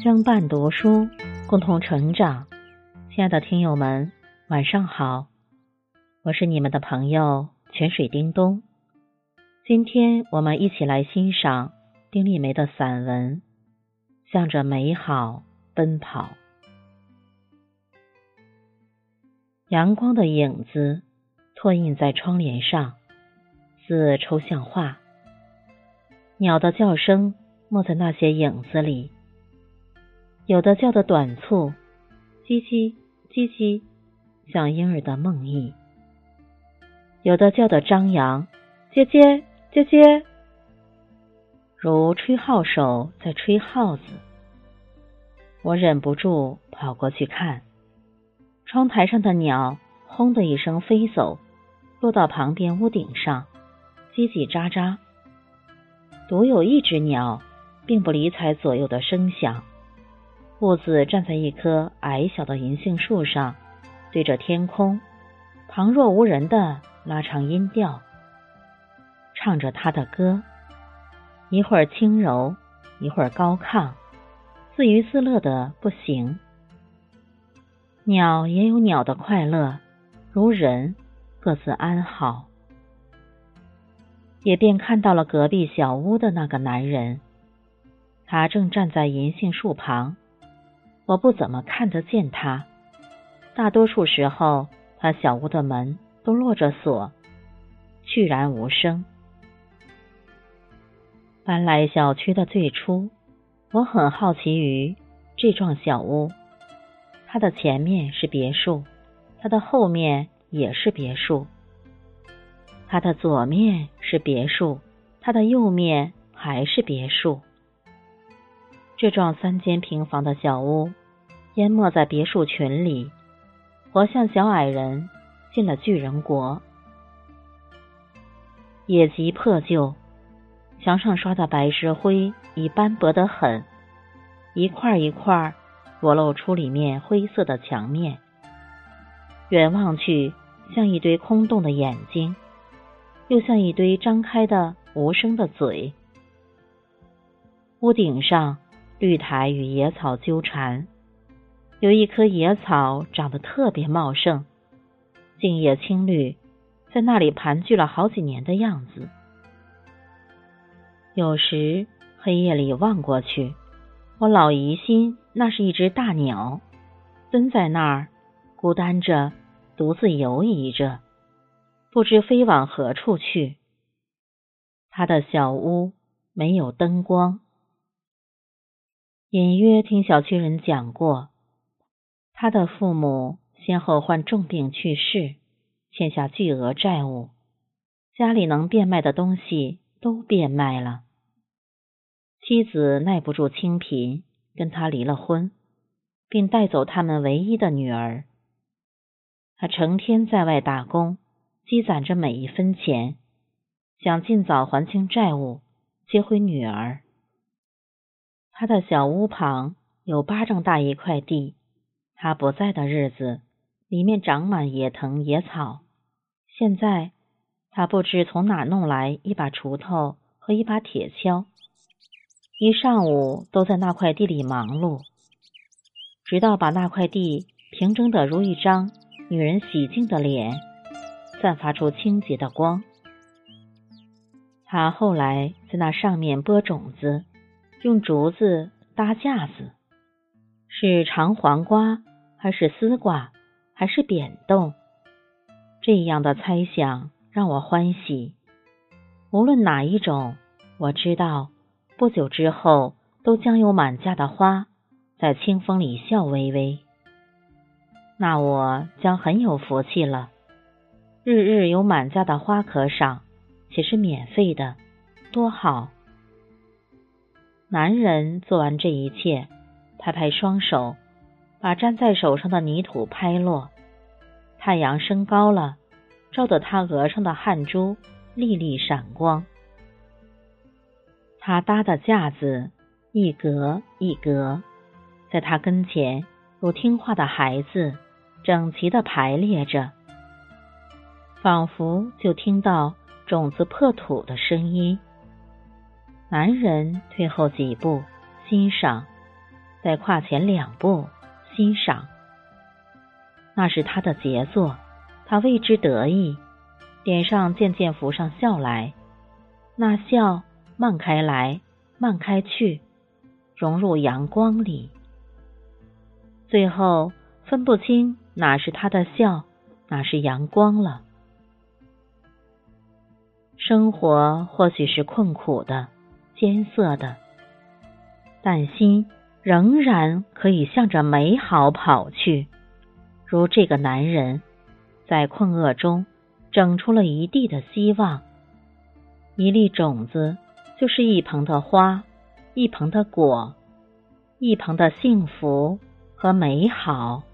相伴读书，共同成长。亲爱的听友们，晚上好，我是你们的朋友泉水叮咚。今天我们一起来欣赏丁立梅的散文《向着美好奔跑》。阳光的影子拓印在窗帘上，似抽象画。鸟的叫声没在那些影子里，有的叫得短促，叽叽叽叽，像婴儿的梦呓；有的叫得张扬，姐姐姐姐，如吹号手在吹号子。我忍不住跑过去看，窗台上的鸟轰的一声飞走，落到旁边屋顶上，叽叽喳喳。独有一只鸟并不理睬左右的声响，兀自站在一棵矮小的银杏树上，对着天空旁若无人地拉长音调，唱着他的歌，一会儿轻柔，一会儿高亢，自娱自乐的不行。鸟也有鸟的快乐，如人各自安好。也便看到了隔壁小屋的那个男人，他正站在银杏树旁，我不怎么看得见他，大多数时候他小屋的门都落着锁，去然无声。搬来小区的最初，我很好奇于这幢小屋，它的前面是别墅，它的后面也是别墅，它的左面是别墅，它的右面还是别墅。这幢3间平房的小屋淹没在别墅群里，活像小矮人进了巨人国。野极破旧，墙上刷的白石灰已斑驳得很，一块一块裸露出里面灰色的墙面，远望去像一堆空洞的眼睛，又像一堆张开的无声的嘴。屋顶上绿苔与野草纠缠，有一棵野草长得特别茂盛，茎叶青绿，在那里盘踞了好几年的样子。有时黑夜里望过去，我老疑心那是一只大鸟，蹲在那儿孤单着，独自游移着，不知飞往何处去。他的小屋没有灯光。隐约听小区人讲过，他的父母先后患重病去世，欠下巨额债务，家里能变卖的东西都变卖了。妻子耐不住清贫，跟他离了婚，并带走他们唯一的女儿。他成天在外打工，积攒着每一分钱，想尽早还清债务，接回女儿。他的小屋旁有巴掌大一块地，他不在的日子，里面长满野藤野草。现在他不知从哪弄来一把锄头和一把铁锹，一上午都在那块地里忙碌，直到把那块地平整得如一张女人洗净的脸，散发出清洁的光。他后来在那上面播种子，用竹子搭架子，是长黄瓜还是丝瓜还是扁豆？这样的猜想让我欢喜。无论哪一种，我知道不久之后都将有满架的花在清风里笑微微。那我将很有福气了，日日有满架的花可赏，且是免费的，多好。男人做完这一切，拍拍双手，把沾在手上的泥土拍落。太阳升高了，照得他额上的汗珠粒粒闪光。他搭的架子一格一格，在他跟前如听话的孩子整齐地排列着，仿佛就听到种子破土的声音。男人退后几步欣赏， 再跨前2步欣赏。那是他的杰作，他为之得意，脸上渐渐浮上笑来，那笑漫开来，漫开去，融入阳光里，最后分不清哪是他的笑，哪是阳光了。生活或许是困苦的，艰涩的，但心仍然可以向着美好跑去，如这个男人在困厄中整出了一地的希望，一粒种子就是一棚的花，一棚的果，一棚的幸福和美好。